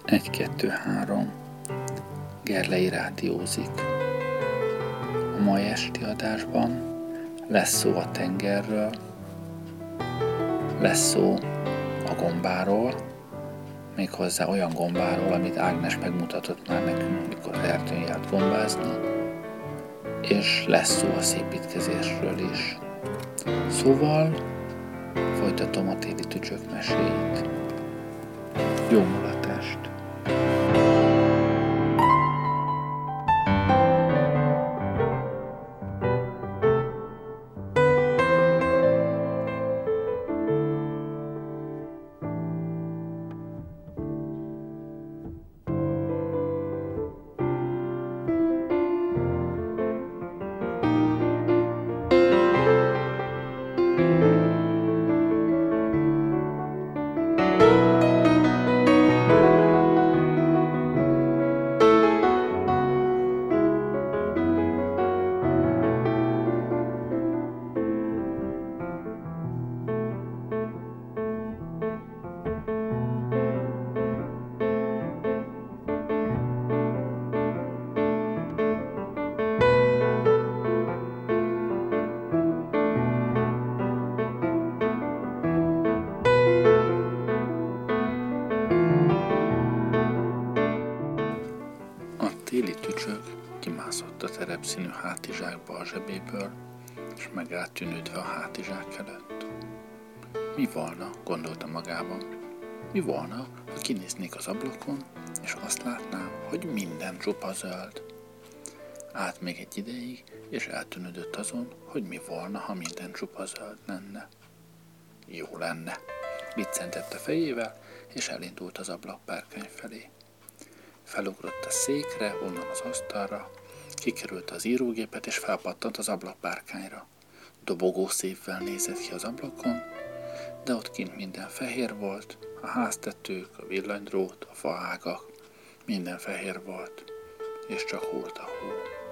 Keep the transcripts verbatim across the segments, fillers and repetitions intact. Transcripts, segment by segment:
egy kettő három Gerlei rádiózik. A mai esti adásban lesz szó a tengerről, lesz szó a gombáról, méghozzá olyan gombáról, amit Ágnes megmutatott már nekünk, mikor az erdőn járt gombázni, és lesz szó a szépítkezésről is. Szóval folytatom a téli tücsök meséit. Jó mulatást! Téli tücsök kimászott a terepszínű hátizsákba a zsebéből, és megállt tűnődve a hátizsák előtt. Mi volna, gondolta magában, mi volna, ha kinéznék az ablakon, és azt látnám, hogy minden csupa zöld. Állt még egy ideig, és eltűnődött azon, hogy mi volna, ha minden csupa zöld lenne. Jó lenne, biccentett a fejével, és elindult az ablakpárkány felé. Felugrott a székre, onnan az asztalra, kikerült az írógépet, és felpattant az ablakpárkányra. Dobogó szívvel nézett ki az ablakon, de ott kint minden fehér volt, a háztetők, a villanydrót, a faágak, minden fehér volt, és csak hult a hó.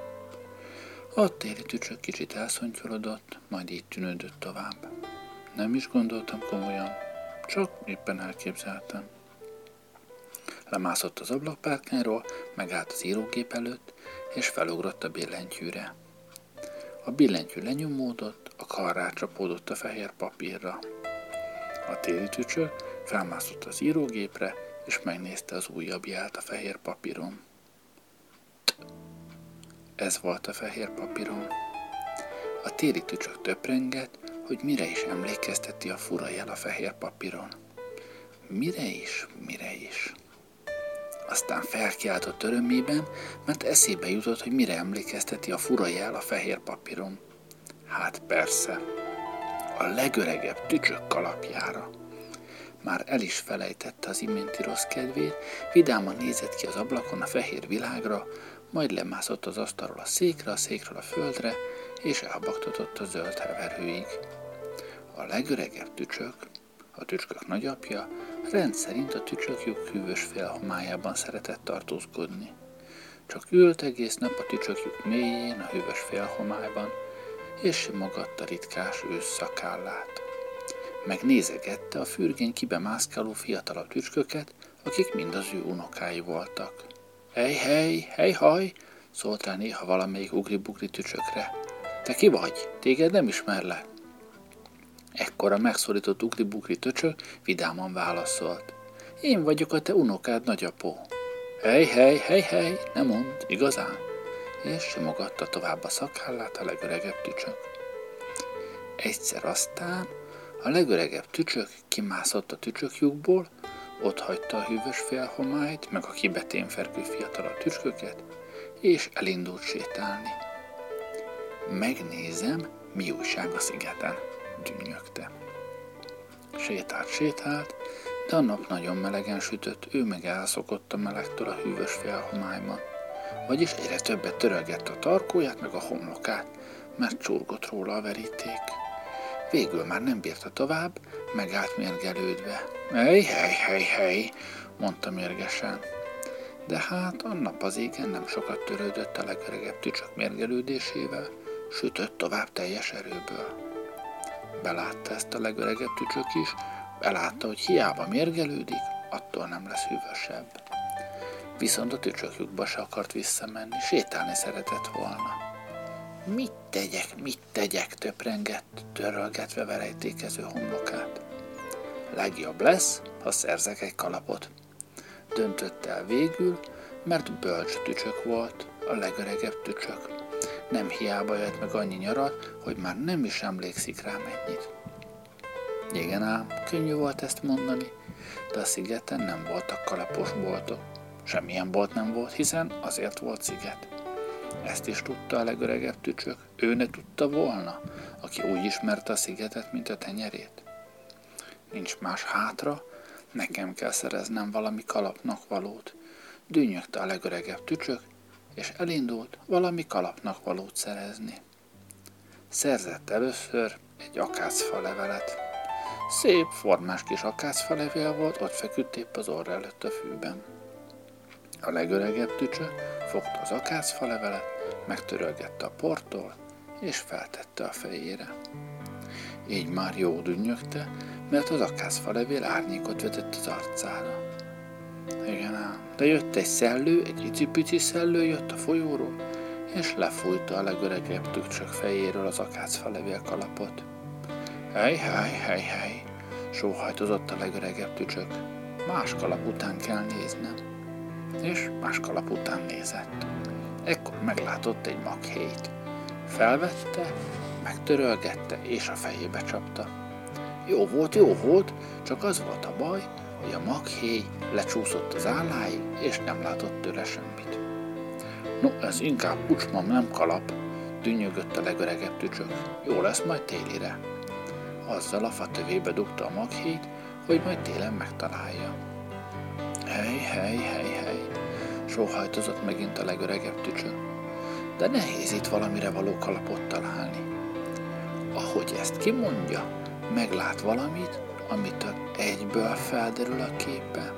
A téli tücsök kicsit elszontyolodott, majd így tűnődött tovább. Nem is gondoltam komolyan, csak éppen elképzeltem. Lemászott az ablakpárkányról, megállt az írógép előtt, és felugrott a billentyűre. A billentyű lenyomódott, a kar rácsapódott a fehér papírra. A téli tücsök felmászott az írógépre, és megnézte az újabb jelt a fehér papíron. T. Ez volt a fehér papíron. A téli tücsök töprengett, hogy mire is emlékezteti a fura jel a fehér papíron. Mire is, mire is. Aztán felkiáltott örömében, mert eszébe jutott, hogy mire emlékezteti a fura jel a fehér papíron. Hát persze, a legöregebb tücsök kalapjára. Már el is felejtette az iménti rossz kedvét, vidáman nézett ki az ablakon a fehér világra, majd lemászott az asztalról a székre, a székről a földre, és elbaktatott a zöld heverőig. A legöregebb tücsök, a tücskök nagyapja, rendszerint a tücsöklyuk hűvös félhomályában szeretett tartózkodni. Csak ült egész nap a tücsöklyuk mélyén, a hűvös félhomályban, és simogatta ritkás ősz szakállát. Megnézegette a fürgén kibemászkáló fiatalabb tücsköket, akik mind az ő unokái voltak. Hely, hely, hely, haj! Szólt rá néha valamelyik ugri-bugri tücsökre. Te ki vagy? Téged nem ismerlek. Ekkor a megszólított ugri-bugri tücsök vidáman válaszolt. Én vagyok a te unokád, nagyapó. Hely, hely, hely, hely, ne mondd, igazán? És simogatta tovább a szakállát a legöregebb tücsök. Egyszer aztán a legöregebb tücsök kimászott a tücsöklyukból, ott hagyta a hűvös félhomályt, meg a kibeténfergő fiatalabb tücsköket, és elindult sétálni. Megnézem, mi újság a szigeten, dünnyögte. Sétált, sétált, de a nap nagyon melegen sütött, ő meg elszokott a melegtől a hűvös félhomályban, vagyis egyre többet törölgette a tarkóját meg a homlokát, mert csurgott róla a veríték. Végül már nem bírta tovább, megállt mérgelődve. Hely, hely, hely, hely, mondta mérgesen. De hát a nap az égen nem sokat törődött a legöregebb tücsök mérgelődésével, sütött tovább teljes erőből. Belátta ezt a legöregebb tücsök is, belátta, hogy hiába mérgelődik, attól nem lesz hűvösebb. viszont a tücsökjukba se akart visszamenni, sétálni szeretett volna. Mit tegyek, mit tegyek, töprengett, törölgetve verejtékező homlokát. Legjobb lesz, ha szerzek egy kalapot. Döntött el végül, mert bölcs tücsök volt, a legöregebb tücsök. Nem hiába jött meg annyi nyarat, hogy már nem is emlékszik rá mennyit. Igen ám, könnyű volt ezt mondani, de a szigeten nem voltak kalapos boltok. Semmilyen bolt nem volt, hiszen azért volt sziget. Ezt is tudta a legöregebb tücsök. Ő ne tudta volna, aki úgy ismerte a szigetet, mint a tenyerét. Nincs más hátra, nekem kell szereznem valami kalapnak valót. Dünnyögte a legöregebb tücsök, és elindult valami kalapnak valót szerezni. Szerzett először egy akácfa levelet. Szép, formás kis akácfa levél volt, ott feküdt épp az orra előtt a fűben. A legöregebb tücsök fogta az akácfa levelet, megtörölgette a portól, és feltette a fejére. Így már jó dünnyögte, mert az akácfa levél árnyékot vetett az arcára. Igen ám, de jött egy szellő, egy icipici szellő jött a folyóról, és lefújta a legöregebb tücsök fejéről az akácfa levél kalapot. Hely, hely, hely, hely, sóhajtozott a legöregebb tücsök. Más kalap után kell néznem. És más kalap után nézett. Ekkor meglátott egy maghéjt. Felvette, megtörölgette, és a fejébe csapta. Jó volt, jó volt, csak az volt a baj, hogy a maghéj lecsúszott az álláig, és nem látott tőle semmit. No, ez inkább ucsmam, nem kalap, dünnyögött a legöregebb tücsök. Jó lesz majd télire. Azzal a fa tövébe dugta a maghéjt, hogy majd télen megtalálja. Hely, hely, hely, hely, sóhajtozott megint a legöregebb tücsök. De nehéz itt valamire való kalapot találni. Ahogy ezt kimondja, meglát valamit, amitől egyből felderül a képe.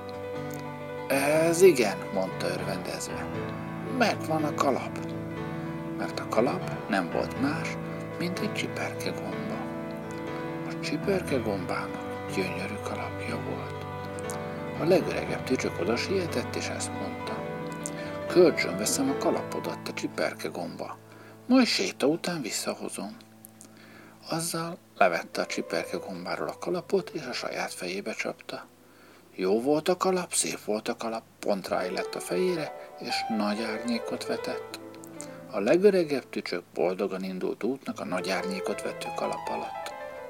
Ez igen, mondta örvendezve. Megvan a kalap. Mert a kalap nem volt más, mint egy csiperkegomba. A csiperkegombának gyönyörű kalapja volt. A legöregebb tücsök oda sietett, és ezt mondta. Kölcsön veszem a kalapodat, a csiperkegomba, majd séta után visszahozom. Azzal levette a csiperkegombáról a kalapot, és a saját fejébe csapta. Jó volt a kalap, szép volt a kalap, pont ráillett a fejére, és nagy árnyékot vetett. A legöregebb tücsök boldogan indult útnak a nagy árnyékot vető kalap alatt.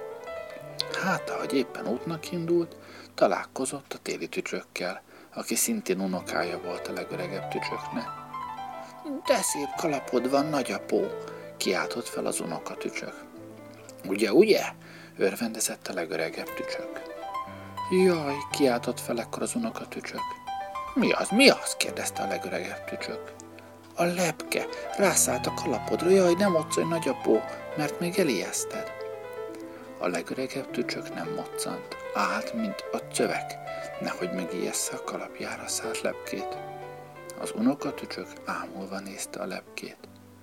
Hát, ahogy éppen útnak indult, találkozott a téli tücsökkel, aki szintén unokája volt a legöregebb tücsöknek. De szép kalapod van, nagyapó, kiáltott fel az unoka tücsök. Ugye, ugye? Örvendezett a legöregebb tücsök. Jaj, kiáltott fel ekkor az unoka tücsök. Mi az, mi az? Kérdezte a legöregebb tücsök. A lepke, rászállt a kalapodra, jaj, nem moccanj, nagyapó, mert még elijeszted. A legöregebb tücsök nem moccant, állt, mint a cövek, nehogy megijessze a kalapjára szállt lepkét. Az unoka tücsök ámulva nézte a lepkét.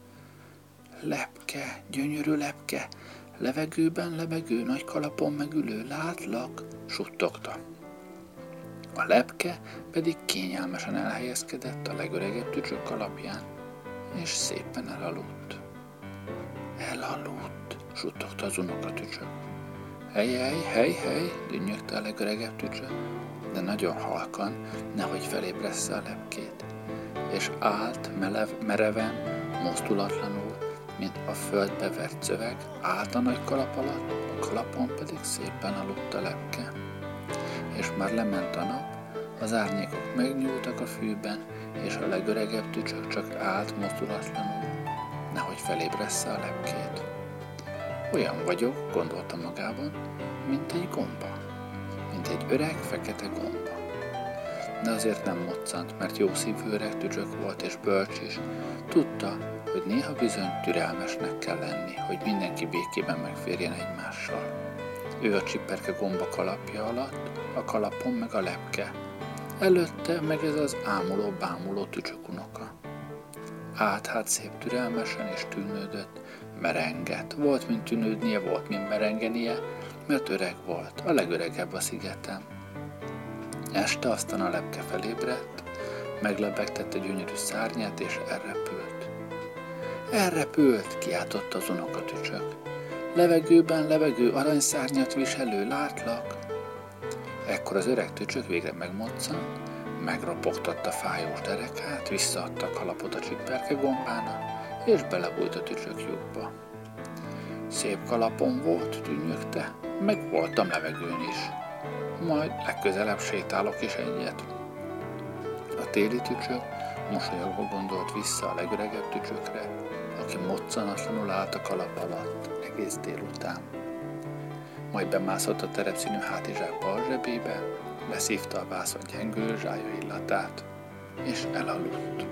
Lepke, gyönyörű lepke, levegőben lebegő, nagy kalapon megülő, látlak, suttogta. A lepke pedig kényelmesen elhelyezkedett a legöregebb tücsök kalapján, és szépen elaludt. Elaludt, suttogta az unoka tücsök. Hely, hely, hely, hely, dünnyögte a legöregebb tücsök, de nagyon halkan, nehogy felébressze a lepkét, és állt melev, mereven, mozdulatlanul, mint a földbe vert szöveg, állt a nagy kalap alatt, a kalapon pedig szépen aludt a lepke. És már lement a nap, az árnyékok megnyúltak a fűben, és a legöregebb tücsök csak állt mozdulatlanul, nehogy felébressze a lepkét. Olyan vagyok, gondolta magában, mint egy gomba, mint egy öreg, fekete gomba. De azért nem moccant, mert jó szívű öreg tücsök volt és bölcs is. Tudta, hogy néha bizony türelmesnek kell lenni, hogy mindenki békében megférjen egymással. Ő a csiperke gomba kalapja alatt, a kalapon meg a lepke. Előtte meg ez az ámuló, bámuló tücsök unoka. Állt hát szép türelmesen és tűnődött, merengett. Volt, mint tűnődnie, volt, mint merengenie, mert öreg volt, a legöregebb a szigeten. Este aztán a lepke felébredt, meglebegtette gyönyörű szárnyát, és elrepült. Elrepült, kiáltotta az unokatücsök. Levegőben levegő aranyszárnyat viselő, látlak. Ekkor az öreg tücsök végre megmoccant, megropogtatta fájós derekát, visszaadta a kalapot a csipperke gombának, és belebújt a tücsök lyukba. Szép kalapom volt, tűnnyögte, meg voltam levegőn is. Majd legközelebb sétálok is egyet. A téli tücsök mosolyogva gondolt vissza a legöregebb tücsökre, aki moccanatlanul állt a kalap alatt egész délután. Majd bemászott a terepszínű hátizsákba a zsebébe, beszívta a vászon gyengő zsája illatát, és elaludt.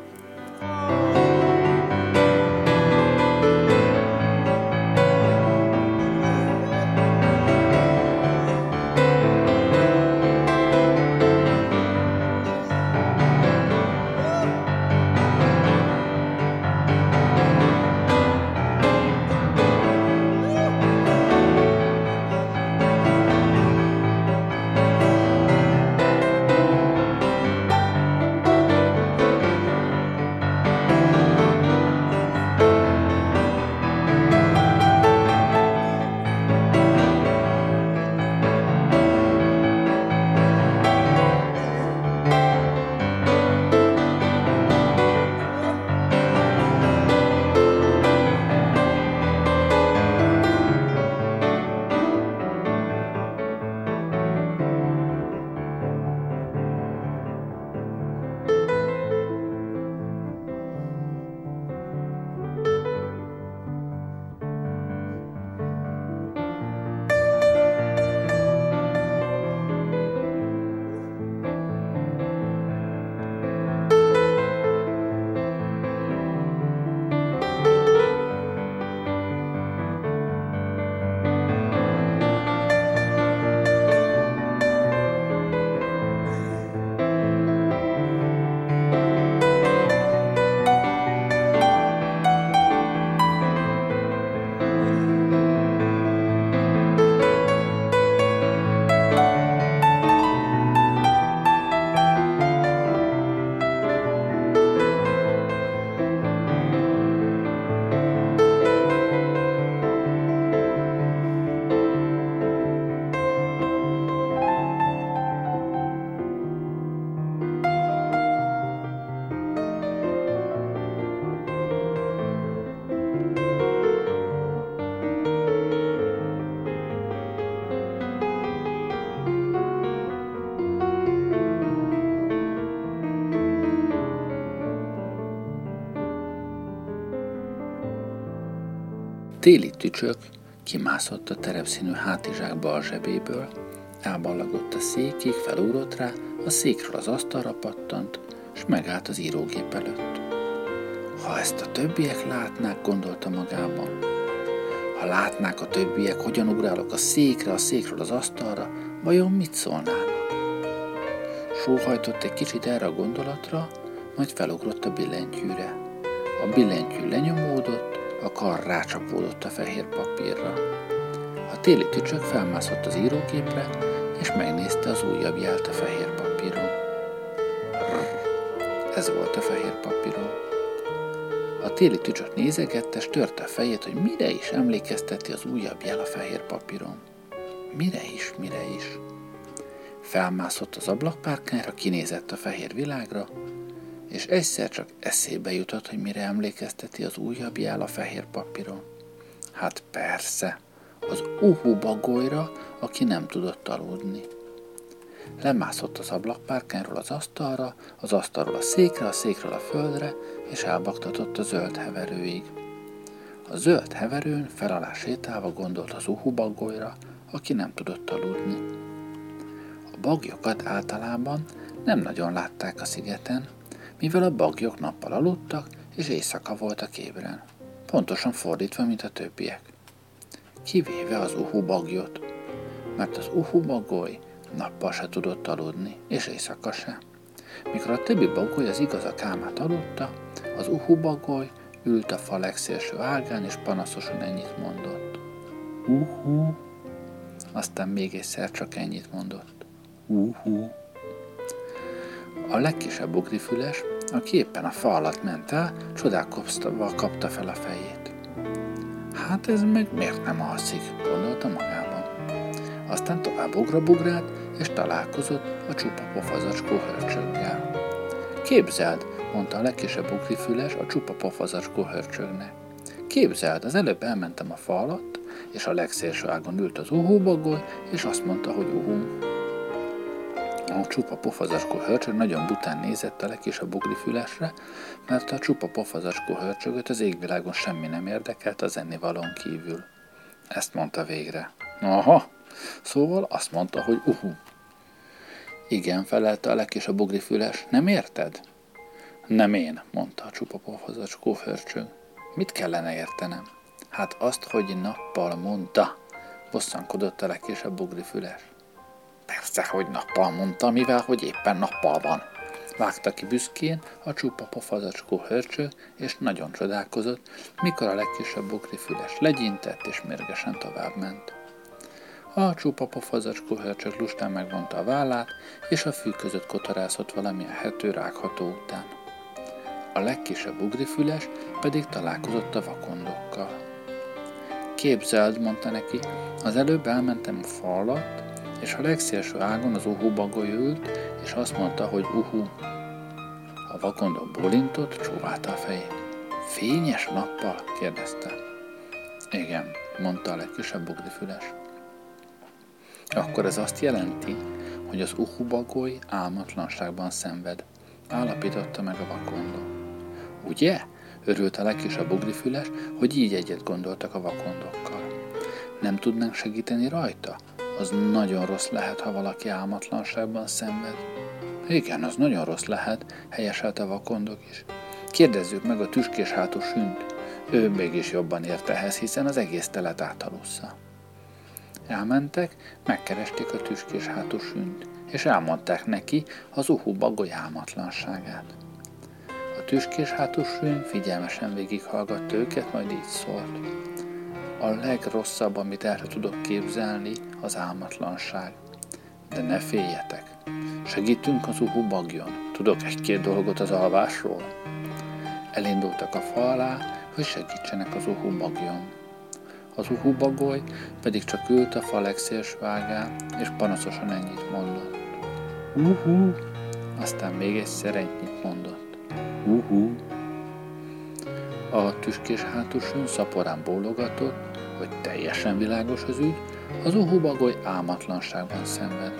Téli tücsök kimászott a terepszínű hátizsákba a zsebéből, elballagott a székig, felugrott rá, a székről az asztalra pattant, s megállt az írógép előtt. Ha ezt a többiek látnák, gondolta magában. Ha látnák a többiek, hogyan ugrálok a székre, a székről az asztalra, vajon mit szólnának? Sóhajtott egy kicsit erre a gondolatra, majd felugrott a billentyűre. A billentyű lenyomódott, a kar rácsapódott a fehér papírra. A téli tücsök felmászott az írógépre, és megnézte az újabb jelt a fehér papíron. Rrr, ez volt a fehér papíron. A téli tücsök nézegette, s törte a fejét, hogy mire is emlékezteti az újabb jel a fehér papíron. Mire is, mire is. Felmászott az ablakpárkányra, kinézett a fehér világra, és egyszer csak eszébe jutott, hogy mire emlékezteti az újabb jel a fehér papíron. Hát persze, az Uhu Bagolyra, aki nem tudott aludni. Lemászott az ablakpárkányról az asztalra, az asztalról a székre, a székről a földre, és elbaktatott a zöld heverőig. A zöld heverőn fel alá sétálva gondolt az Uhu Bagolyra, aki nem tudott aludni. A bagyokat általában nem nagyon látták a szigeten, mivel a bagyok nappal aludtak, és éjszaka voltak ébren. Pontosan fordítva, mint a többiek. Kivéve az Uhu Bagyot, mert az Uhu Bagoly nappal se tudott aludni, és éjszaka se. Mikor a többi bagoly az igazak álmát aludta, az Uhu Bagoly ült a fa legszélső ágán, és panaszosan ennyit mondott. Uhu. Aztán még egyszer csak ennyit mondott. Uhu. A legkisebb ugrifüles, aki éppen a fa alatt ment el, csodálkozva kapta fel a fejét. Hát ez meg miért nem alszik, gondolta magában. Aztán tovább ugrabugrált, és találkozott a csupa pofazacskó hörcsöggel. Képzeld, mondta a legkisebb ugrifüles a csupa pofazacskó hörcsögnek. Képzeld, az előbb elmentem a fa alatt, és a legszélső ágon ült az uhóbagoly, és azt mondta, hogy uhú. A csupa pofazacskó hörcsög nagyon bután nézett a legkisebb ugrifülesre, mert a csupa pofazacskó hörcsögöt az égvilágon semmi nem érdekelt az ennivalón kívül. Ezt mondta végre. Aha, szóval azt mondta, hogy uhú. Igen, felelte a legkisebb ugrifüles, nem érted? Nem én, mondta a csupa pofazacskó hörcsög. Mit kellene értenem? Hát azt, hogy nappal mondta, bosszankodott a legkisebb ugrifüles. Persze, hogy nappal mondta, mivel hogy éppen nappal van. Vágta ki büszkén a csupa pofazacskó hörcsög, és nagyon csodálkozott, mikor a legkisebb ugrifüles legyintett, és mérgesen továbbment. A csupa pofazacskó hörcsög lustán megvonta a vállát, és a fű között kotorászott valamilyen hető rágható után. A legkisebb ugrifüles pedig találkozott a vakondokkal. Képzeld, mondta neki, az előbb elmentem a fa alatt, és a legszélső ágon az uhóbagoly ült, és azt mondta, hogy uhú. A vakondok bólintott, csóválta a fejét. Fényes nappal? kérdezte. Igen, mondta a legkisebb ugrifüles. Akkor ez azt jelenti, hogy az uhóbagoly álmatlanságban szenved, állapította meg a vakondó. Ugye? Örült a legkisebb ugrifüles, hogy így egyet gondoltak a vakondokkal. Nem tudnánk segíteni rajta? Az nagyon rossz lehet, ha valaki álmatlanságban szenved. Igen, az nagyon rossz lehet, helyeselte a vakondok is. Kérdezzük meg a tüskés hátú sünt. Ő mégis jobban ért ehhez, hiszen az egész telet átalussza. Elmentek, megkeresték a tüskés hátú sünt, és elmondták neki az uhóbagoly álmatlanságát. A tüskés hátú sűn figyelmesen végighallgatta őket, majd így szólt. A legrosszabb, amit el tudok képzelni, az álmatlanság. De ne féljetek. Segítünk az uhóbagjon. Tudok egy-két dolgot az alvásról. Elindultak a fa alá, hogy segítsenek az uhóbagjon. Az uhóbagoly pedig csak ült a fa legszélső ágán, és panaszosan ennyit mondott. Uhú! Aztán még egyszer ennyit mondott. Uhú! A tüskés hátú sűn szaporán bólogatott, hogy teljesen világos az ügy, az uhóbagoly álmatlanságban szenved.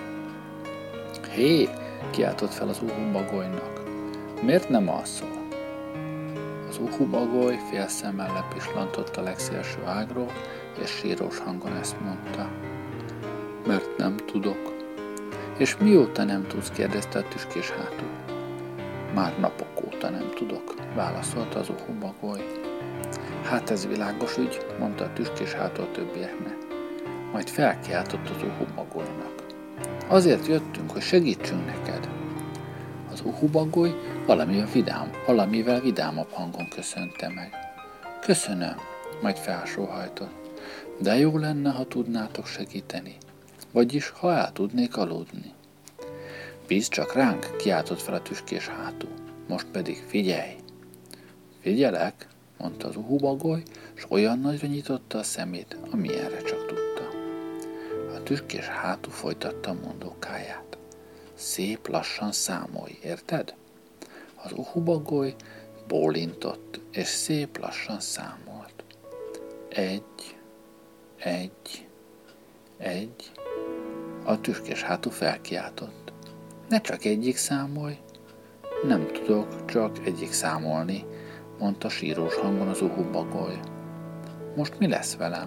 Hé! Kiáltott fel az uhóbagolynak. Miért nem alszol? Az uhóbagoly fél szemmel lepislantott a legszélső ágról, és sírós hangon ezt mondta. Mert nem tudok. És mióta nem tudsz? Kérdezte a tüskés hátú. Már napok óta nem tudok, válaszolta az uhóbagoly. Hát ez világos ügy, mondta a tüskés hátú a többieknek. Majd felkiáltott az uhóbagolynak. Azért jöttünk, hogy segítsünk neked. Az uhóbagoly valamivel, vidám, valamivel vidámabb hangon köszönte meg. Köszönöm, majd felsóhajtott. De jó lenne, ha tudnátok segíteni. Vagyis, ha el tudnék aludni. Bízz csak ránk, kiáltott fel a tüskés hátú. Most pedig figyelj! Figyelek, mondta az uhóbagoly, s olyan nagyra nyitotta a szemét, amilyenre csak tudta. A tüskés hátú folytatta a mondókáját. Szép lassan számolj, érted? Az uhóbagoly bólintott, és szép lassan számolt. Egy, egy, egy. A tüskés hátú felkiáltott. Ne csak egyik számolj. Nem tudok csak egyik számolni, mondta sírós hangon az uhóbagoly. Most mi lesz velem?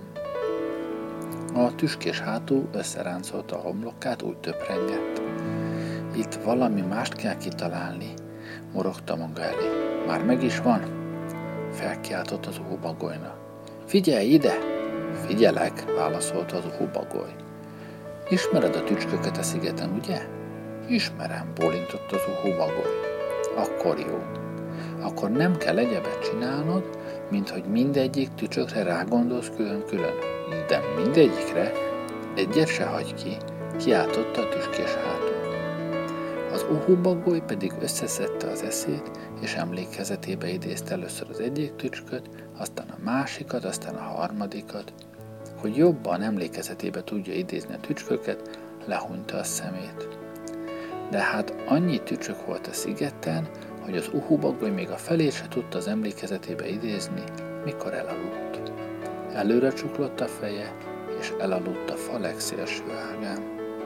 A tüskés hátú összeráncolta a homlokát, úgy töprengett. Itt valami mást kell kitalálni, morogta maga elé. Már meg is van? Felkiáltott az uhóbagolynak. Figyelj ide! Figyelek, válaszolta az uhóbagoly. Ismered a tücsköket a szigeten, ugye? Ismerem, bólintott az uhóbagoly. Akkor jó. Akkor nem kell egyebet csinálnod, mint hogy mindegyik tücsökre rágondolsz külön-külön. De mindegyikre egyet se hagy ki, kiáltotta a tüskés hátú. Az uhubagoly pedig összeszedte az eszét, és emlékezetébe idézte először az egyik tücsköt, aztán a másikat, aztán a harmadikat. Hogy jobban emlékezetébe tudja idézni a tücsköket, lehúnyta a szemét. De hát annyi tücsök volt a szigeten, hogy az uhubagoly még a felét se tudta az emlékezetébe idézni, mikor elaludt. Előre csuklott a feje, és elaludt a fa legszélső ágán.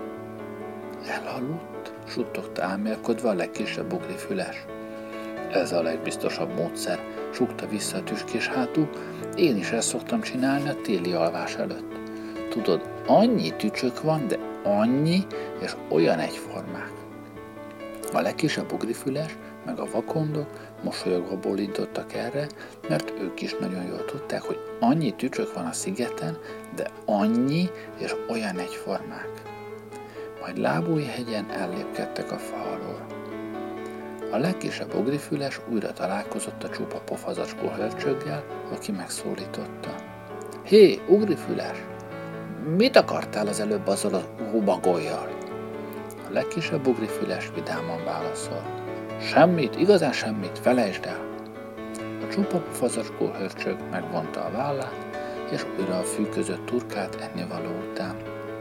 Elaludt? Suttogta álmélkodva a legkisebb ugrifüles. Ez a legbiztosabb módszer, súgta vissza a tüskés hátú. Én is ezt szoktam csinálni a téli alvás előtt. Tudod, annyi tücsök van, de annyi, és olyan egyformák. A legkisebb ugrifüles, meg a vakondok mosolyogva bólintottak erre, mert ők is nagyon jól tudták, hogy annyi tücsök van a szigeten, de annyi, és olyan egyformák. Majd Lábújhegyen ellépkedtek a fa alól. A legkisebb ugrifüles újra találkozott a csupa pofazacskó hörcsöggel, aki megszólította. Hé, ugrifüles! Mit akartál az előbb azzal az uhubagolyjal? A legkisebb ugrifüles vidáman válaszol. Semmit, igazán semmit, felejtsd el! A csupa pofazacskó hörcsög megvonta a vállát, és újra a fű között turkált ennivaló után.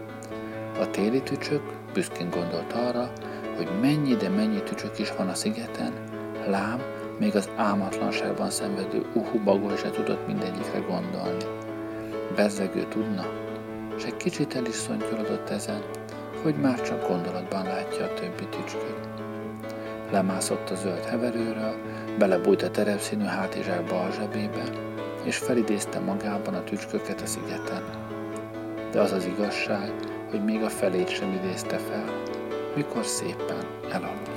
A téli tücsök büszkén gondolt arra, hogy mennyi, de mennyi tücsök is van a szigeten, lám, még az álmatlanságban szenvedő uhubagoly se tudott mindegyikre gondolni. Bezzegő tudna, s egy kicsit el is szontyolodott ezen, hogy már csak gondolatban látja a többi tücsköt. Lemászott a zöld heverőről, belebújt a terepszínű hátizsákba a zsebébe, és felidézte magában a tücsköket a szigeten. De az az igazság, hogy még a felét sem idézte fel, mikor szépen elaludt.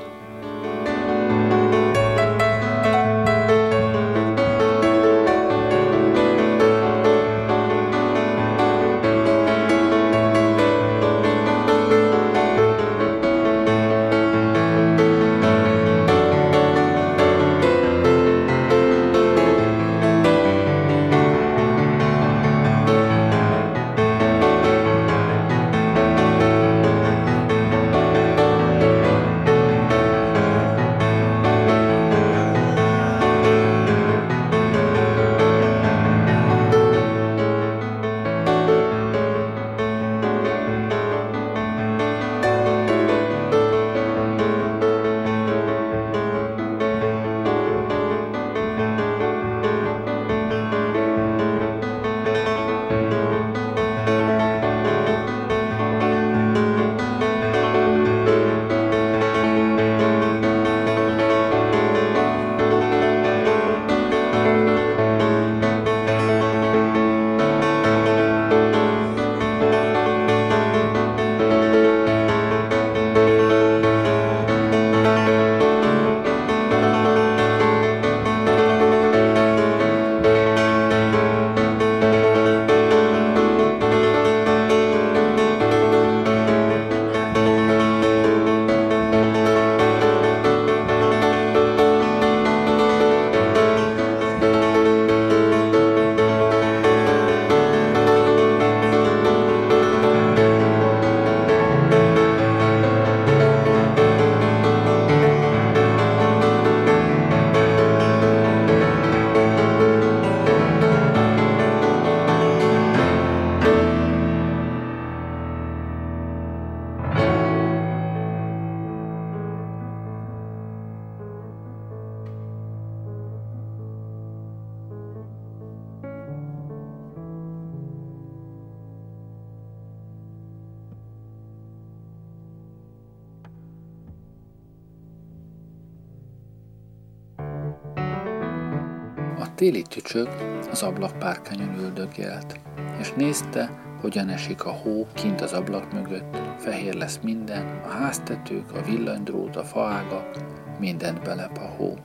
A téli tücsök az ablakpárkányon üldögélt, és nézte, hogyan esik a hó kint az ablak mögött, fehér lesz minden, a háztetők, a villanydrót, a faágak, mindent belep a hó.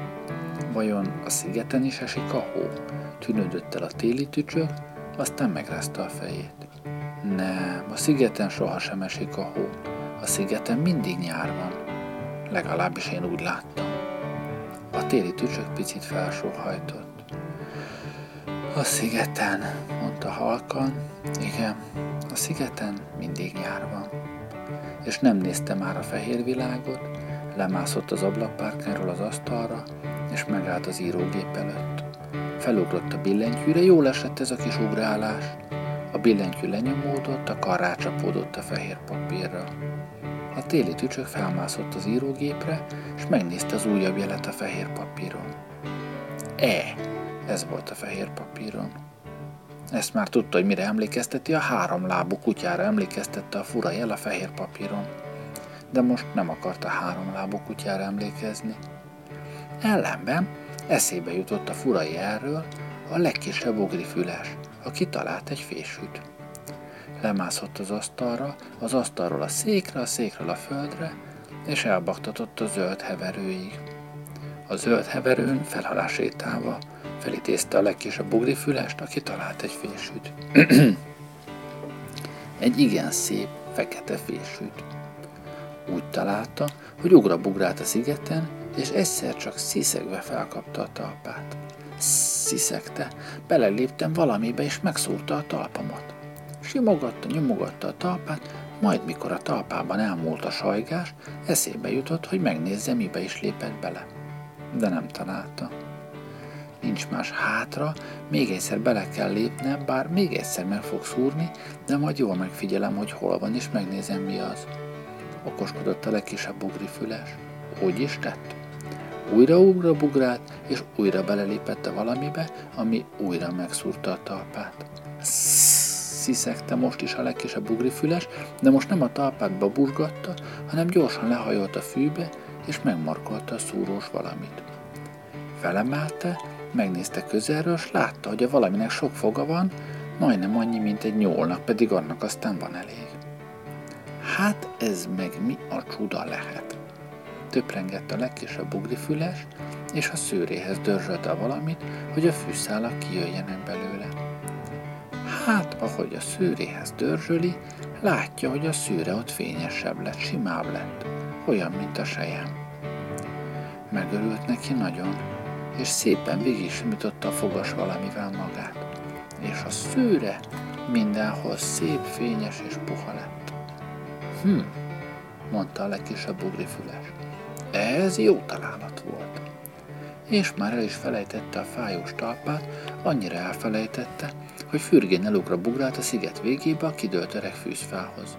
Vajon a szigeten is esik a hó? Tűnődött el a téli tücsök, aztán megrázta a fejét. Nem, a szigeten sohasem esik a hó. A szigeten mindig nyár van. Legalábbis én úgy láttam. A téli tücsök picit felsóhajtott. A szigeten, mondta halkan, igen, a szigeten mindig nyár van. és nem nézte már a fehér világot, lemászott az ablakpárkányról az asztalra, és megállt az írógép előtt. Felugrott a billentyűre, jól esett ez a kis ugrálás. A billentyű lenyomódott, a kar rácsapódott a fehér papírra. A téli tücsök felmászott az írógépre, és megnézte az újabb jelet a fehér papíron. E, ez volt a fehér papíron. Ezt már tudta, hogy mire emlékezteti, a háromlábú kutyára emlékeztette a fura jel a fehér papíron. De most nem akarta háromlábú kutyára emlékezni. Ellenben eszébe jutott a fura jelről a legkisebb ugrifüles, aki talált egy fésűt. Lemászott az asztalra, az asztalról a székre, a székről a földre, és elbaktatott a zöld heverőig. A zöld heverőn felhalá sétálva felidézte a legkisebb ugrifülest, aki talált egy fésűt. Egy igen szép, fekete fésűt. Úgy találta, hogy ugrabugrált a szigeten, és egyszer csak sziszegve felkapta a talpát. Sziszegte, beleléptem valamibe, és megszúrta a talpamat. Simogatta, nyomogatta a talpát, majd mikor a talpában elmúlt a sajgás, eszébe jutott, hogy megnézze, mibe is lépett bele. De nem találta. Nincs más hátra, még egyszer bele kell lépnem, bár még egyszer meg fog szúrni, de majd jól megfigyelem, hogy hol van, és megnézem, mi az. Okoskodott a legkisebb ugrifüles. Úgy is tett. Újra ugrabugrált, és újra belelépett a valamibe, ami újra megszúrta a talpát. Sziszegte most is a legkisebb ugrifüles, de most nem a talpát baburgatta, hanem gyorsan lehajolt a fűbe, és megmarkolta a szúrós valamit. Felemelte, megnézte közelről, s látta, hogy a valaminek sok foga van, majdnem annyi, mint egy nyólnak, pedig annak aztán van elég. Hát ez meg mi a csuda lehet? Töprengett a legkisebb ugrifüles, és a szőréhez dörzsölte valamit, hogy a fűszálak kijöjjenek belőle. Hát, ahogy a szőréhez dörzsöli, látja, hogy a szőre ott fényesebb lett, simább lett, olyan, mint a sejem. Megörült neki nagyon, és szépen végigsimította a fogas valamivel magát, és a szőre mindenhol szép, fényes és puha lett. Hm, mondta a legkisebb ugrifüles. Ez jó találat volt. És már el is felejtette a fájós talpát, annyira elfelejtette, hogy fürgén elugrabugrált a sziget végébe a kidőlt öreg fűzfához.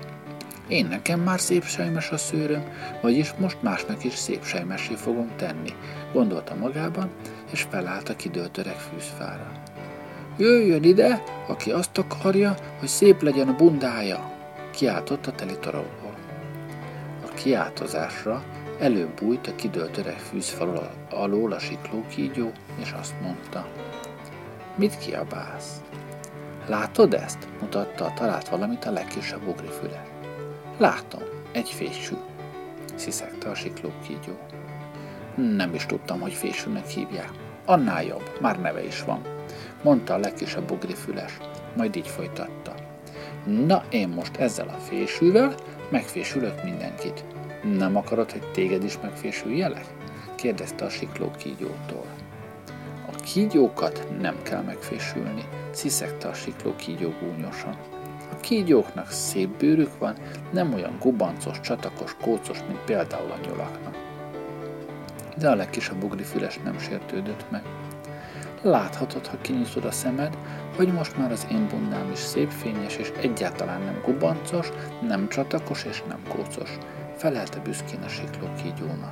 Én nekem már szép sejmes a szőröm, vagyis most másnak is szép sejmessé fogom tenni, gondolta magában, és felállt a kidőlt öreg fűzfára. Jöjjön ide, aki azt akarja, hogy szép legyen a bundája, kiáltott a teli torokból. A kiáltozásra előbújt a kidőlt öreg fűzfal alól a siklókígyó, és azt mondta. Mit kiabálsz? Látod ezt? Mutatta a talált valamit a legkisebb ugrifüles. Látom, egy fésű, sziszegte a siklókígyó. Nem is tudtam, hogy fésűnek hívják. Annál jobb, már neve is van, mondta a legkisebb ugrifüles, majd így folytatta. Na, én most ezzel a fésűvel megfésülök mindenkit. Nem akarod, hogy téged is megfésüljelek? Kérdezte a siklókígyótól. A kígyókat nem kell megfésülni, sziszegte a siklókígyó gúnyosan. A kígyóknak szép bőrük van, nem olyan gubancos, csatakos, kócos, mint például a nyulaknak. De a legkisebb ugrifüles nem sértődött meg. Láthatod, ha kinyitod a szemed, hogy most már az én bundám is szép, fényes, és egyáltalán nem gubancos, nem csatakos és nem kócos, felelte büszkén a siklókígyónak.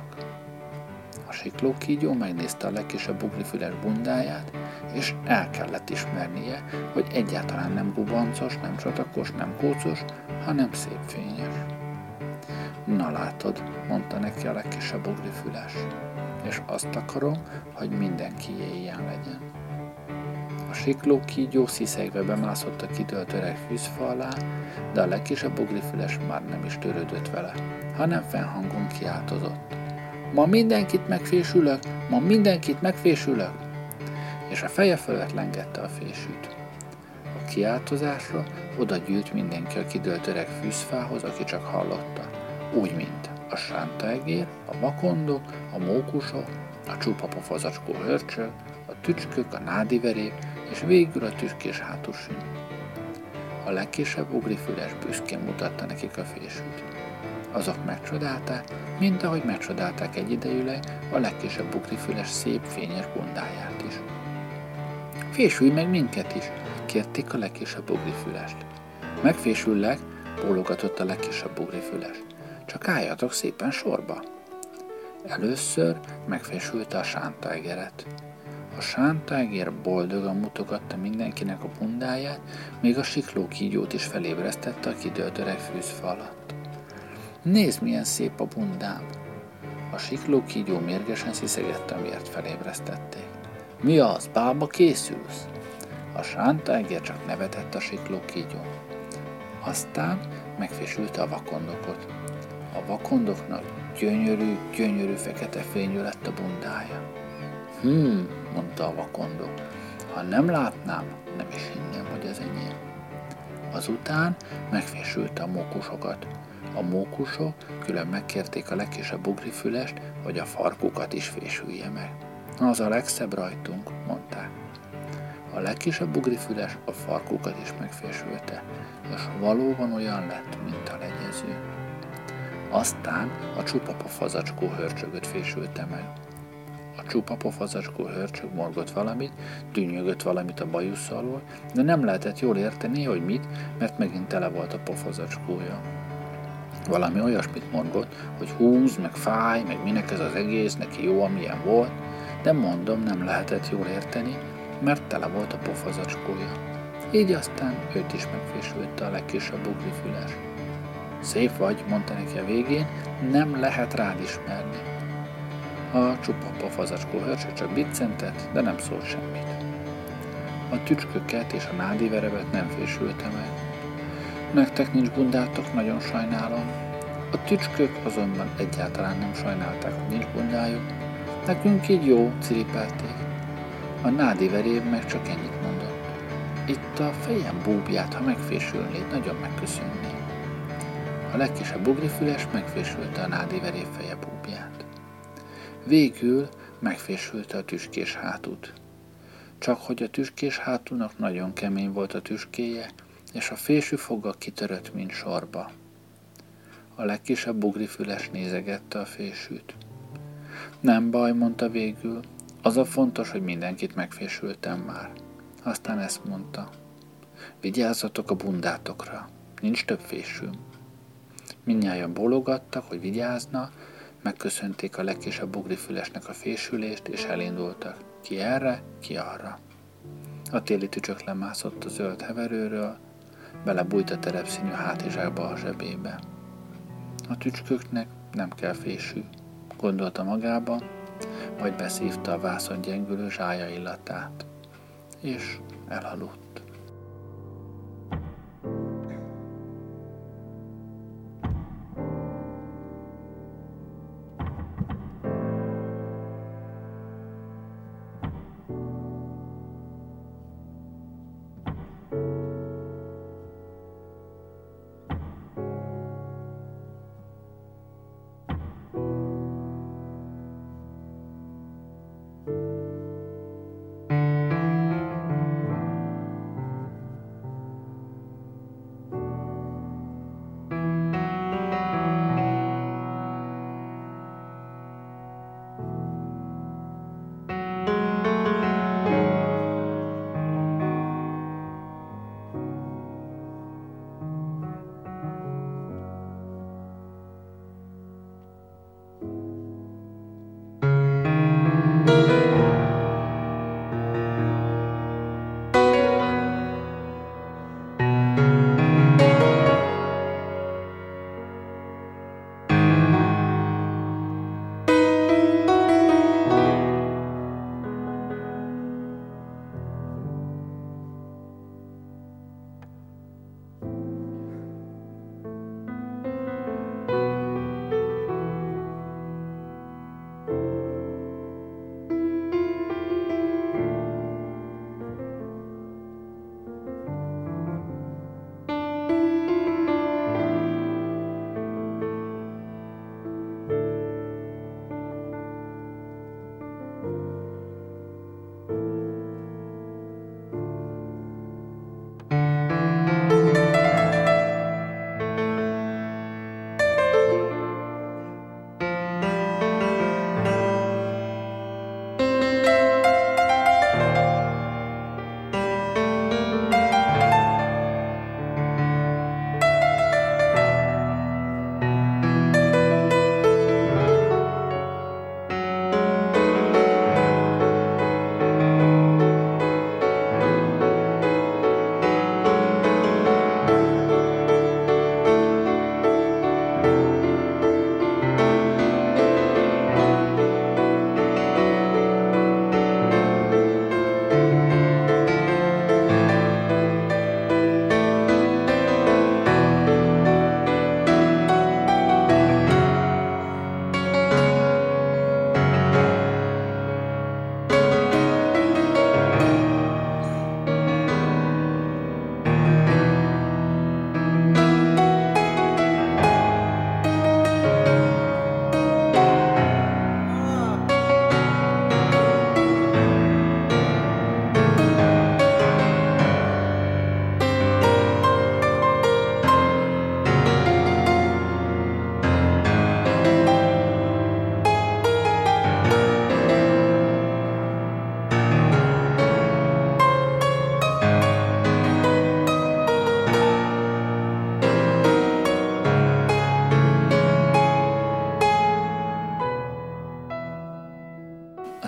A siklókígyó megnézte a legkisebb ugrifüles bundáját, és el kellett ismernie, hogy egyáltalán nem gubancos, nem csatakos, nem kócos, hanem szép, fényes. Na látod, mondta neki a legkisebb ugrifüles, és azt akarom, hogy mindenki éjjel legyen. A siklókígyó sziszegve bemászott a kidőlt öreg fűzfa alá, de a legkisebb ugrifüles már nem is törődött vele, hanem fennhangon kiáltozott. Ma mindenkit megfésülök, ma mindenkit megfésülök! És a feje fölött lengette a fésűt. A kiáltozásra oda gyűlt mindenki a kidőlt öreg fűzfához, aki csak hallotta, úgy, mint a sántaegér, a makondok, a mókusok, a csupa pofazacskó hörcsög, a tücskök, a nádiverép, és végül a tüskés hátusűn. A legkisebb ugrifüles büszkén mutatta nekik a fésűt. Azok megcsodálták, mint ahogy megcsodálták egyidejűleg a legkisebb ugrifüles szép fényes bundáját is. Fésülj meg minket is, kérték a legkisebb ugrifülest. Megfésüllek, bólogatott a legkisebb ugrifüles. Csak álljatok szépen sorba. Először megfésülte a sántaegeret. A sántaegér boldogan mutogatta mindenkinek a bundáját, még a siklókígyót is felébresztette a kidőlt öreg fűzfa alatt. Nézd, milyen szép a bundám! A siklókígyó mérgesen sziszegette, amiért felébresztették. Mi az, bálba készülsz? A sántaegér csak nevetett a siklókígyón. Aztán megfésülte a vakondokot. A vakondoknak gyönyörű, gyönyörű fekete fényű lett a bundája. Hmm, mondta a vakondok, ha nem látnám, nem is hinném, hogy ez enyém. Azután megfésülte a mókusokat. A mókusok külön megkérték a legkisebb ugrifülest, hogy a farkukat is fésülje meg. Az a legszebb rajtunk, mondták. A legkisebb ugrifüles a farkukat is megfésülte, és valóban olyan lett, mint a legyező. Aztán a csupa pofazacskó hörcsögöt fésülte meg. A csupa pofazacskó hörcsög morgott valamit, dünnyögött valamit a bajusz alól, de nem lehetett jól érteni, hogy mit, mert megint tele volt a pofazacskója. Valami olyasmit morgott, hogy húz, meg fáj, meg minek ez az egész, neki jó, amilyen volt, de mondom, nem lehetett jól érteni, mert tele volt a pofazacskója. Így aztán őt is megfésülte a legkisebb ugrifüles. Szép vagy, mondta neki a végén, nem lehet rád ismerni. A csupa pofazacskó hörcsög csak biccentett, de nem szólt semmit. A tücsköket és a nádiverebet nem fésülte meg. Nektek nincs bundátok, nagyon sajnálom. A tücskök azonban egyáltalán nem sajnálták, hogy nincs bundájuk. Nekünk így jó, ciripelték. A nádiveréb meg csak ennyit mondott. Itt a fejem búbját, ha megfésülnéd, nagyon megköszönnék. A legkisebb ugrifüles megfésülte a nádiveréb feje búbját. Végül megfésülte a tüskés hátút. Csak hogy a tüskés hátúnak nagyon kemény volt a tüskéje, és a fésű foga kitörött, mint sorba. A legkisebb ugrifüles nézegette a fésűt. Nem baj, mondta végül, az a fontos, hogy mindenkit megfésültem már. Aztán ezt mondta. Vigyázzatok a bundátokra, nincs több fésűm. Mindnyájan bólogattak, hogy vigyázna, megköszönték a legkisebb ugrifülesnek a fésülést, és elindultak. Ki erre, ki arra. A téli tücsök lemászott a zöld heverőről, belebújt a terepszínű hátizsákba a zsebébe. A tücsköknek nem kell fésű, gondolta magában, majd beszívta a vászon gyengülő zsája illatát, és elaludt.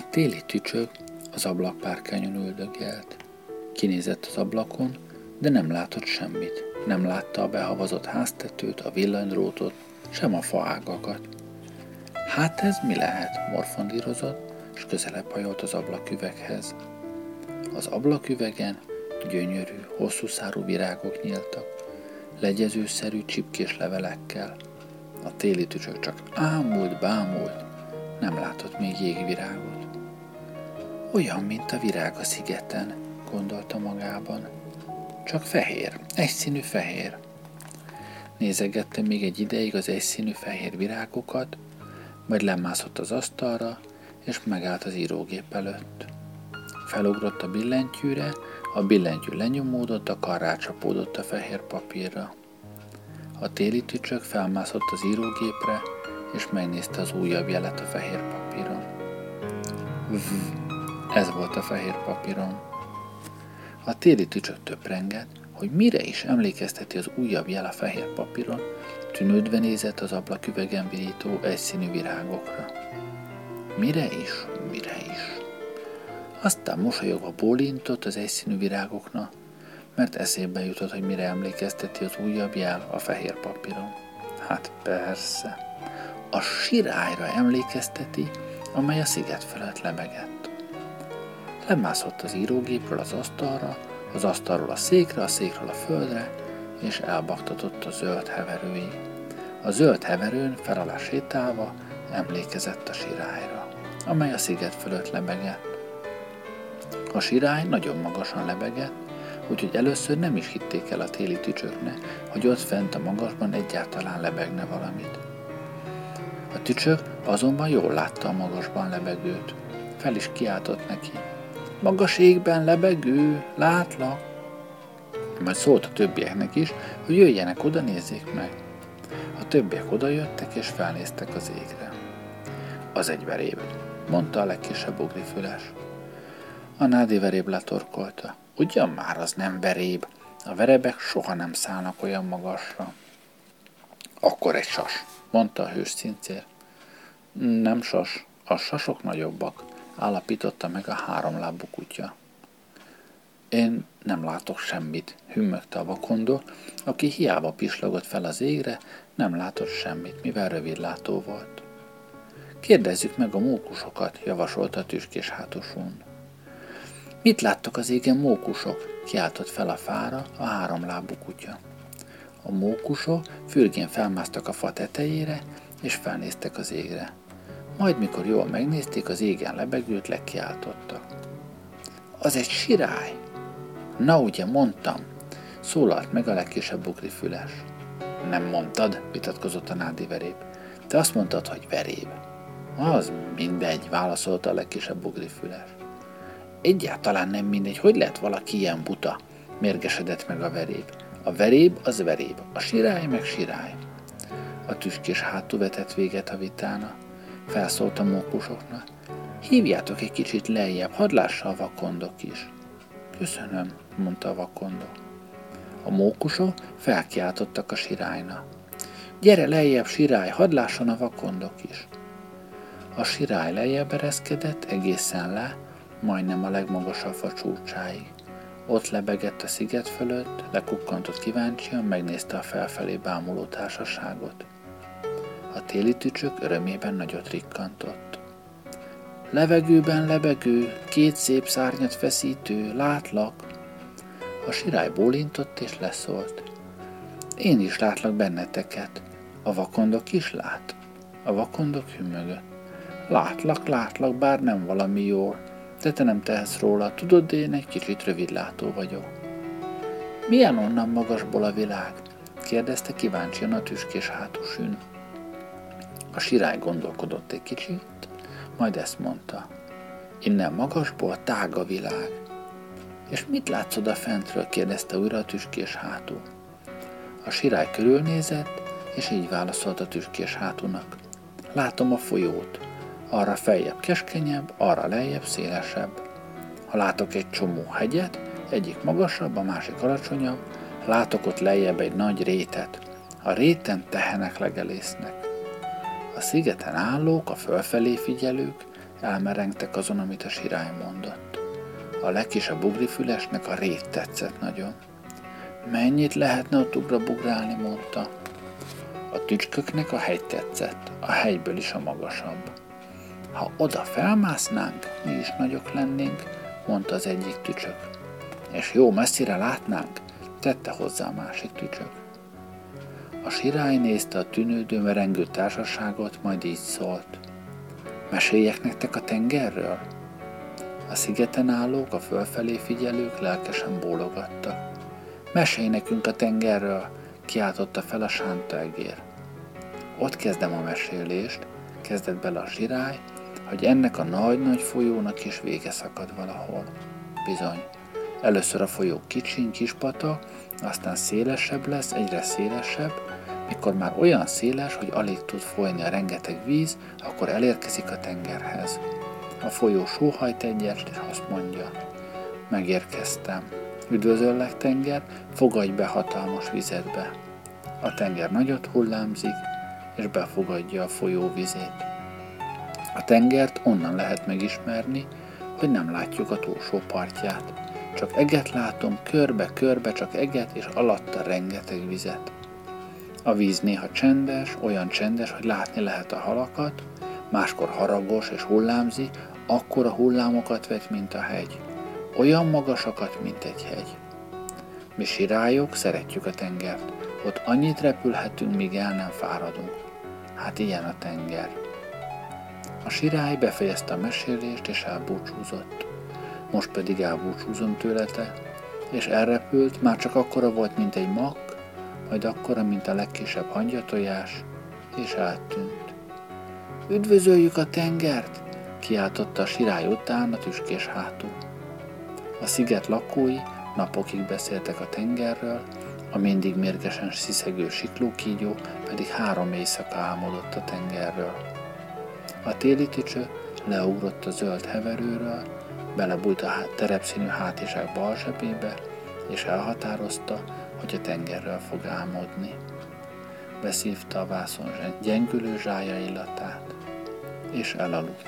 Téli tücsök az ablakpárkányon üldögélt. Kinézett az ablakon, de nem látott semmit. Nem látta a behavazott háztetőt, a villanydrótot, sem a faágakat. Hát ez mi lehet? Morfondírozott, és közelebb hajolt az ablaküveghez. Az ablaküvegen gyönyörű, hosszú szárú virágok nyíltak, legyezőszerű csipkés levelekkel. A téli tücsök csak ámult, bámult, nem látott még jégvirágot. Olyan, mint a virág a szigeten, gondolta magában. Csak fehér, egyszínű fehér. Nézegette még egy ideig az egyszínű fehér virágokat, majd lemászott az asztalra, és megállt az írógép előtt. Felugrott a billentyűre, a billentyű lenyomódott, a karrá csapódott a fehér papírra. A téli tücsök felmászott az írógépre, és megnézte az újabb jelet a fehér papíron. Vv, ez volt a fehér papíron. A téli tücsök töprengett, hogy mire is emlékezteti az újabb jel a fehér papíron, tűnődve nézett az ablaküvegen virító egyszínű virágokra. Mire is, mire is. Aztán mosolyogva bólintott az egyszínű virágoknak, mert eszébe jutott, hogy mire emlékezteti az újabb jel a fehér papíron. Hát persze, a sirályra emlékezteti, amely a sziget felett lebegett. Lemászott az írógépről az asztalra, az asztalról a székre, a székről a földre, és elbaktatott a zöld heverőig. A zöld heverőn fel alá sétálva emlékezett a sirályra, amely a sziget fölött lebegett. A sirály nagyon magasan lebegett, úgyhogy először nem is hitték el a téli tücsöknek, hogy ott fent a magasban egyáltalán lebegne valamit. A tücsök azonban jól látta a magasban lebegőt. Fel is kiáltott neki. Magas égben lebegő, látlak! Majd szólt a többieknek is, hogy jöjjenek oda, nézzék meg. A többiek odajöttek és felnéztek az égre. Az egy veréb, mondta a legkisebb ugrifüles. A nádi veréb letorkolta. Ugyan már az nem veréb, a verebek soha nem szállnak olyan magasra. Akkor egy sas, mondta a hős cincér. Nem sas, a sasok nagyobbak, állapította meg a háromlábú kutya. Én nem látok semmit, hümmögte a vakondor, aki hiába pislogott fel az égre, nem látott semmit, mivel rövidlátó volt. Kérdezzük meg a mókusokat, javasolta a tüskés hátusún. Mit láttok az égen, mókusok? Kiáltott fel a fára a háromlábú kutya. A mókusok fürgén felmásztak a fa tetejére, és felnéztek az égre. Majd, mikor jól megnézték, az égen lebegőt, lekiáltottak. Az egy sirály! Na, ugye mondtam, szólalt meg a legkisebb ugrifüles. Nem mondtad, vitatkozott a nádi veréb. Te azt mondtad, hogy veréb. Az mindegy, válaszolta a legkisebb ugrifüles. Egyáltalán nem mindegy, hogy lehet valaki ilyen buta, mérgesedett meg a veréb. A veréb az veréb, a sirály meg sirály. A tüskés hátul vetett véget a vitának. Felszólt a mókusoknak. Hívjátok egy kicsit lejjebb, hadd lássa a vakondok is. Köszönöm, mondta a vakondok. A mókusok felkiáltottak a sirálynak. Gyere lejjebb, sirály, hadd lásson a vakondok is. A sirály lejjebb ereszkedett egészen le, majdnem a legmagasabb fa csúcsáig. Ott lebegett a sziget fölött, lekukkantott kíváncsian, megnézte a felfelé bámuló társaságot. A téli tücsök örömében nagyot rikkantott. Levegőben lebegő, két szép szárnyat feszítő, látlak. A sirály bólintott és leszólt. Én is látlak benneteket. A vakondok is lát? A vakondok hümmögött. Látlak, látlak, bár nem valami jól. De te nem tehetsz róla, tudod, én egy kicsit rövidlátó vagyok. Milyen onnan magasból a világ? Kérdezte kíváncsian a tüskés hátusűn. A sirály gondolkodott egy kicsit, majd ezt mondta. Innen magasból tág a világ. És mit látsz oda fentről? Kérdezte újra a tüskés hátú. A sirály körülnézett, és így válaszolt a tüskés hátúnak. Látom a folyót. Arra feljebb keskenyebb, arra lejjebb szélesebb. Ha látok egy csomó hegyet, egyik magasabb, a másik alacsonyabb, látok ott lejjebb egy nagy rétet. A réten tehenek legelésznek. A szigeten állók, a fölfelé figyelők Elmerengtek azon, amit a sirály mondott. A legkisebb ugrifülesnek a rét tetszett nagyon. Mennyit lehetne ott ugrabugrálni, mondta. A tücsköknek a hegy tetszett, a hegyből is a magasabb. Ha oda felmásznánk, mi is nagyok lennénk, mondta az egyik tücsök. És jó messzire látnánk, tette hozzá a másik tücsök. A sirály nézte a tűnődő merengő társaságot, majd így szólt. Meséljek nektek a tengerről? A szigeten állók, a fölfelé figyelők lelkesen bólogattak. Mesélj nekünk a tengerről, kiáltotta fel a sántaegér. Ott kezdem a mesélést, kezdett bele a sirály, hogy ennek a nagy-nagy folyónak is vége szakad valahol. Bizony, először a folyó kicsiny kispata, aztán szélesebb lesz, egyre szélesebb, mikor már olyan széles, hogy alig tud folyni a rengeteg víz, akkor elérkezik a tengerhez. A folyó sóhajt egyet, és azt mondja, megérkeztem. Üdvözöllek, tenger, fogadj be hatalmas vizedbe. A tenger nagyot hullámzik, és befogadja a folyó vizét. A tengert onnan lehet megismerni, hogy nem látjuk a túlsó partját. Csak eget látom, körbe-körbe csak eget, és alatta rengeteg vizet. A víz néha csendes, olyan csendes, hogy látni lehet a halakat, máskor haragos és hullámzik, akkora hullámokat vet, mint a hegy. Olyan magasakat, mint egy hegy. Mi sirályok szeretjük a tengert, ott annyit repülhetünk, míg el nem fáradunk. Hát ilyen a tenger. A sirály befejezte a mesélést, és elbúcsúzott. Most pedig elbúcsúzom tőlete, és elrepült, már csak akkora volt, mint egy makk, majd akkora, mint a legkisebb hangyatojás, és eltűnt. Üdvözöljük a tengert! Kiáltotta a sirály után a tüskés hátú. A sziget lakói napokig beszéltek a tengerről, a mindig mérgesen sziszegő siklókígyó pedig három éjszaka álmodott a tengerről. A téli tücső leugrott a zöld heverőről, belebújt a terepszínű hátizsák bal zsebébe, és elhatározta, hogy a tengerről fog álmodni. Beszívta a vászon gyengülő zsája illatát, és elaludt.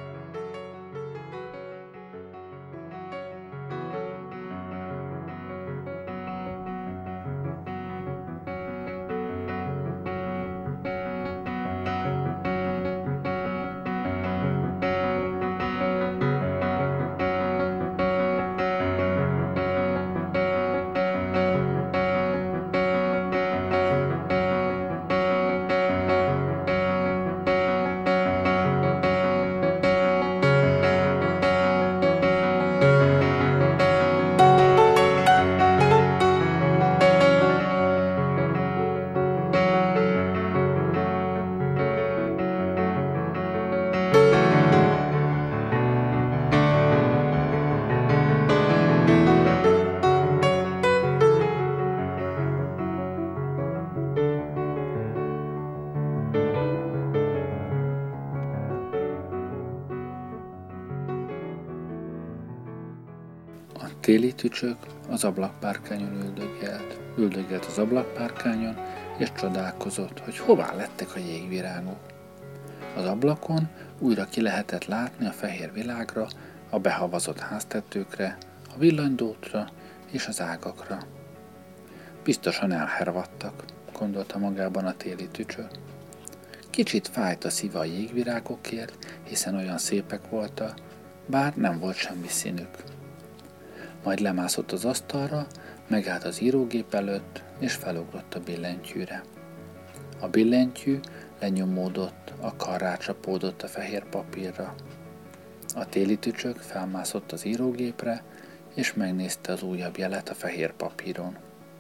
A téli tücsök az ablakpárkányon üldögélt. Üldögélt az ablakpárkányon, és csodálkozott, hogy hová lettek a jégvirágok. Az ablakon újra ki lehetett látni a fehér világra, a behavazott háztetőkre, a villanydótra és az ágakra. Biztosan elhervadtak, gondolta magában a téli tücsök. Kicsit fájt a szíve a jégvirágokért, hiszen olyan szépek voltak, bár nem volt semmi színük. Majd lemászott az asztalra, megállt az írógép előtt, és felugrott a billentyűre. A billentyű lenyomódott, a kar rácsapódott a fehér papírra. A téli tücsök felmászott az írógépre, és megnézte az újabb jelet a fehér papíron.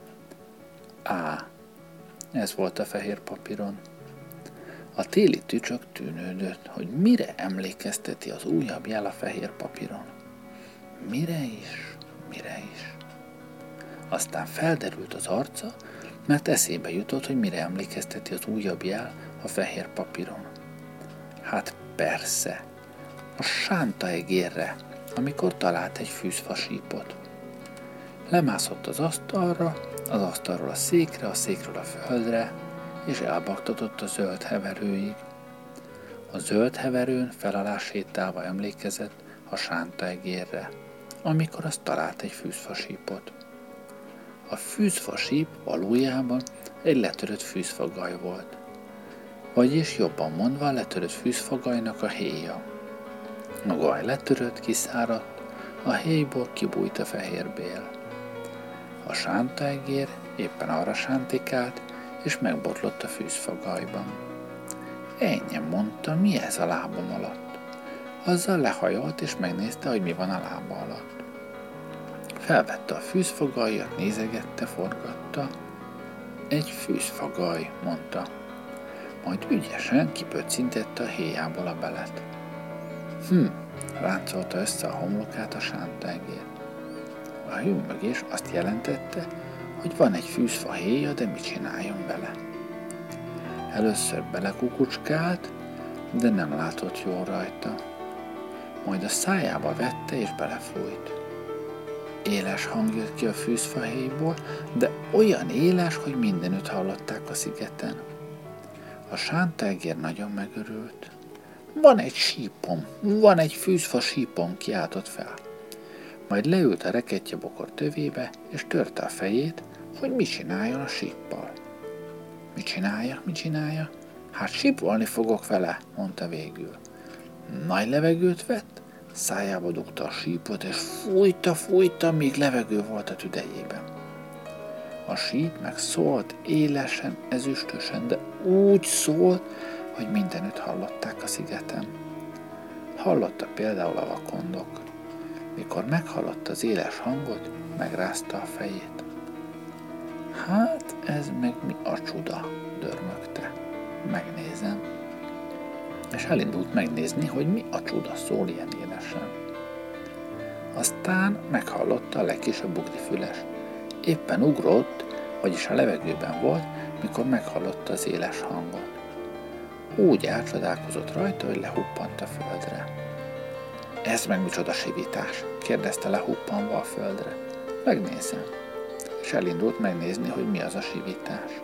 Á, ez volt a fehér papíron. A téli tücsök tűnődött, hogy mire emlékezteti az újabb jel a fehér papíron. Mire is, mire is. Aztán felderült az arca, mert eszébe jutott, hogy mire emlékezteti az újabb jel a fehér papíron. Hát persze, a sántaegérre, amikor talált egy fűzfasípot. Lemászott az asztalra, az asztalról a székre, a székről a földre, és elbaktatott a zöld heverőig. A zöld heverőn fel-alá sétálva emlékezett a sántaegérre, amikor az talált egy fűzfasípot. A fűzfasíp valójában egy letörött fűzfagaj volt, vagyis jobban mondva a letörött fűzfagajnak a héja. A gaj letörött, kiszáradt, a héjból kibújt a fehér bél. A sántaegér éppen arra sántikált, és megbotlott a fűzfagajban. Ennyi, mondta, mi ez a lábam alatt? Azzal lehajolt, és megnézte, hogy mi van a lába alatt. Felvette a fűzfagajat, nézegette, forgatta. Egy fűzfagaj, mondta. Majd ügyesen kipöccintette a héjából a belet. Hm, ráncolta össze a homlokát a sántaegér. A hümmögés azt jelentette, hogy van egy fűzfa héja, de mit csináljon vele? Először belekukucskált, de nem látott jól rajta. Majd a szájába vette és belefújt. Éles hang jött ki a fűzfahéjból, de olyan éles, hogy mindenütt hallották a szigeten. A sántaegér nagyon megörült. Van egy sípom, van egy fűzfa sípom, kiáltott fel. Majd leült a rekettjebokor tövébe, és törte a fejét, hogy mit csináljon a síppal. Mit csinálja, mit csinálja? Hát sípolni fogok vele, mondta végül. Nagy levegőt vett, szájába dugta a sípot, és fújta, fújta, míg levegő volt a tüdejében. A síp meg szólt élesen, ezüstösen, de úgy szólt, hogy mindenütt hallották a szigeten. Hallotta például a vakondok. Mikor meghallotta az éles hangot, megrázta a fejét. Hát ez meg mi a csuda, dörmögte. Megnézem. És elindult megnézni, hogy mi a csuda szól ilyen élesen. Aztán meghallotta a legkisebb ugrifüles. Éppen ugrott, vagyis a levegőben volt, mikor meghallotta az éles hangot. Úgy elcsodálkozott rajta, hogy lehuppant a földre. Ez meg micsoda sivítás? Kérdezte lehuppanva a földre. Megnézem. És elindult megnézni, hogy mi az a sivítás.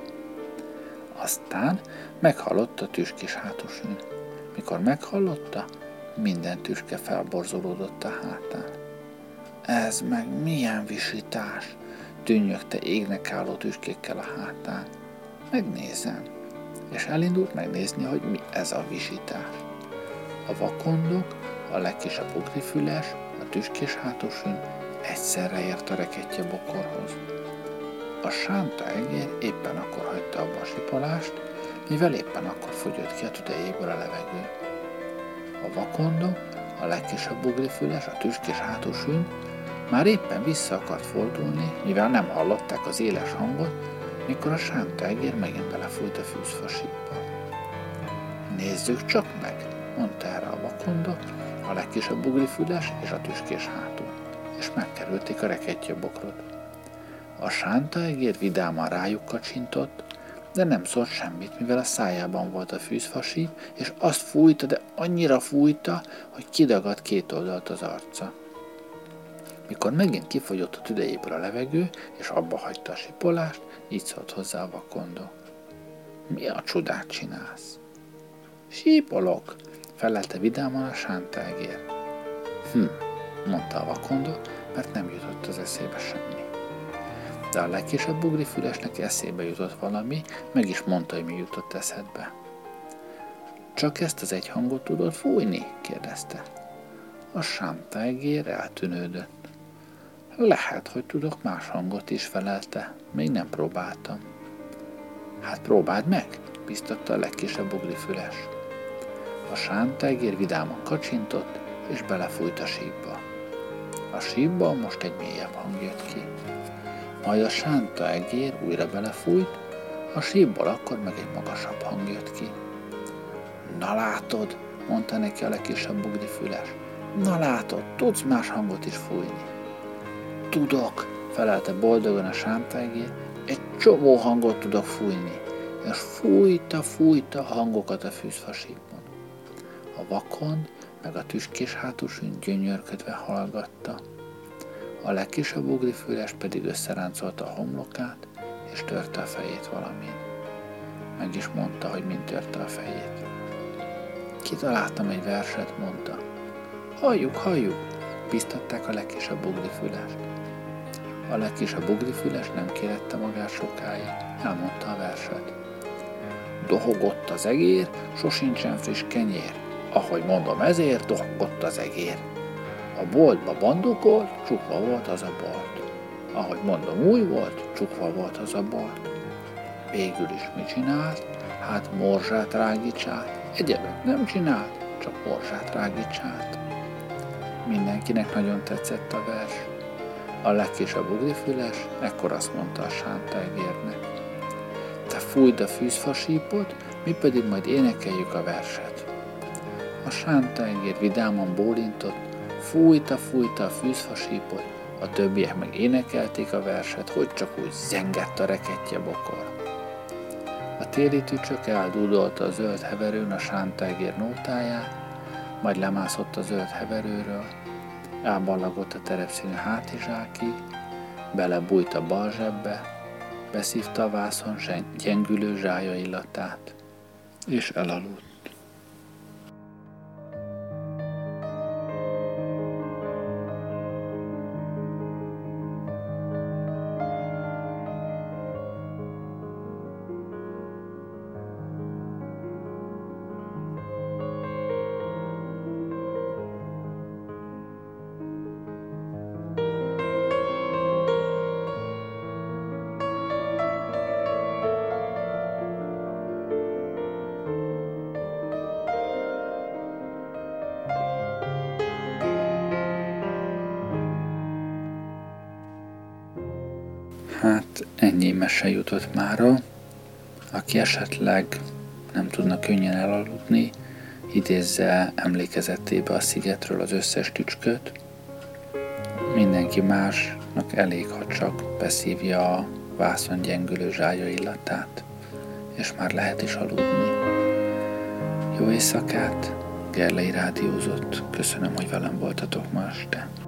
Aztán meghallotta a tüskés hátusűn. Mikor meghallotta, minden tüske felborzolódott a hátán. Ez meg milyen visítás? Tűnjögte égnek álló tüskékkel a hátán. Megnézem. És elindult megnézni, hogy mi ez a visítás. A vakondok, a legkisebb ugrifüles, a tüskés hátusűn egyszerre ért a rekettjebokorhoz. A sántaegér éppen akkor hagyta abba a sipolást, mivel éppen akkor fogyott ki a tüdejéből a levegő. A vakondok, a legkisebb ugrifüles, a tüskés hátusűn már éppen vissza akart fordulni, mivel nem hallották az éles hangot, mikor a sántaegér megint belefújt a fűzfasípba. Nézzük csak meg, mondta erre a vakondok, a legkisebb ugrifüles és a tüskés hátú, és megkerülték a rekettjebokrot. A sántaegér vidáman rájuk kacsintott, de nem szólt semmit, mivel a szájában volt a fűzfasíp, és azt fújta, de annyira fújta, hogy kidagadt két oldalt az arca. Mikor megint kifogyott a tüdejéből a levegő, és abba hagyta a sipolást, így szólt hozzá a vakondok. Mi a csodát csinálsz? Sípolok, felelte vidáman a sántaegér. Hm, mondta a vakondok, mert nem jutott az eszébe semmi. De a legkisebb ugrifülesnek eszébe jutott valami, meg is mondta, hogy mi jutott eszedbe. Csak ezt az egy hangot tudod fújni? Kérdezte. A sántaegér eltűnődött. Lehet, hogy tudok más hangot is, felelte. Még nem próbáltam. Hát próbáld meg, biztatta a legkisebb ugrifüles. A sántaegér vidáman kacsintott, és belefújt a sípba. A sípba most egy mélyebb hang jött ki. Majd a sántaegér újra belefújt, a sípból akkor meg egy magasabb hang jött ki. Na látod, mondta neki a legkisebb ugrifüles. Na látod, tudsz más hangot is fújni. Tudok, felelte boldogan a sántaegér, egy csomó hangot tudok fújni, és fújta, fújta hangokat a fűzfasípon. A vakond meg a tüskés hátusűn gyönyörködve hallgatta. A legkisebb ugrifüles pedig összeráncolta a homlokát, és törte a fejét valamin. Meg is mondta, hogy mind törte a fejét. Kitaláltam egy verset, mondta. Halljuk, halljuk, biztatták a legkis a buglifülest. A legkis a buglifüles nem kérette magát sokáig, elmondta a verset. Dohogott az egér, sosincsen friss kenyér. Ahogy mondom, ezért dohogott az egér. A boltba bandukolt, csukva volt az a bolt. Ahogy mondom, új volt, csukva volt az a bolt. Végül is mit csinált? Hát morzsát rágicsált. Egyebet nem csinált, csak morzsát rágicsált. Mindenkinek nagyon tetszett a vers. A legkis a buglifüles, ekkor azt mondta a sántaegérnek. Te fújd a fűzfasípot, mi pedig majd énekeljük a verset. A sántaegér vidáman bólintott, fújta, fújta a fűzfasípot, a többiek meg énekelték a verset, hogy csak úgy zengett a rekettye bokor. A téli tücsök eldúdolta a zöld heverőn a sántaegér nótáját, majd lemászott a zöld heverőről, elballagott a terepszínű hátizsákig, belebújt a bal zsebbe, beszívta a vászon gyengülő zsája illatát, és elaludt. Hát ennyi mese jutott mára. Aki esetleg nem tudna könnyen elaludni, idézze emlékezetébe a szigetről az összes tücsköt. Mindenki másnak elég, ha csak beszívja a vászon gyengülő zsája illatát, és már lehet is aludni. Jó éjszakát, Gerlei rádiózott. Köszönöm, hogy velem voltatok ma este.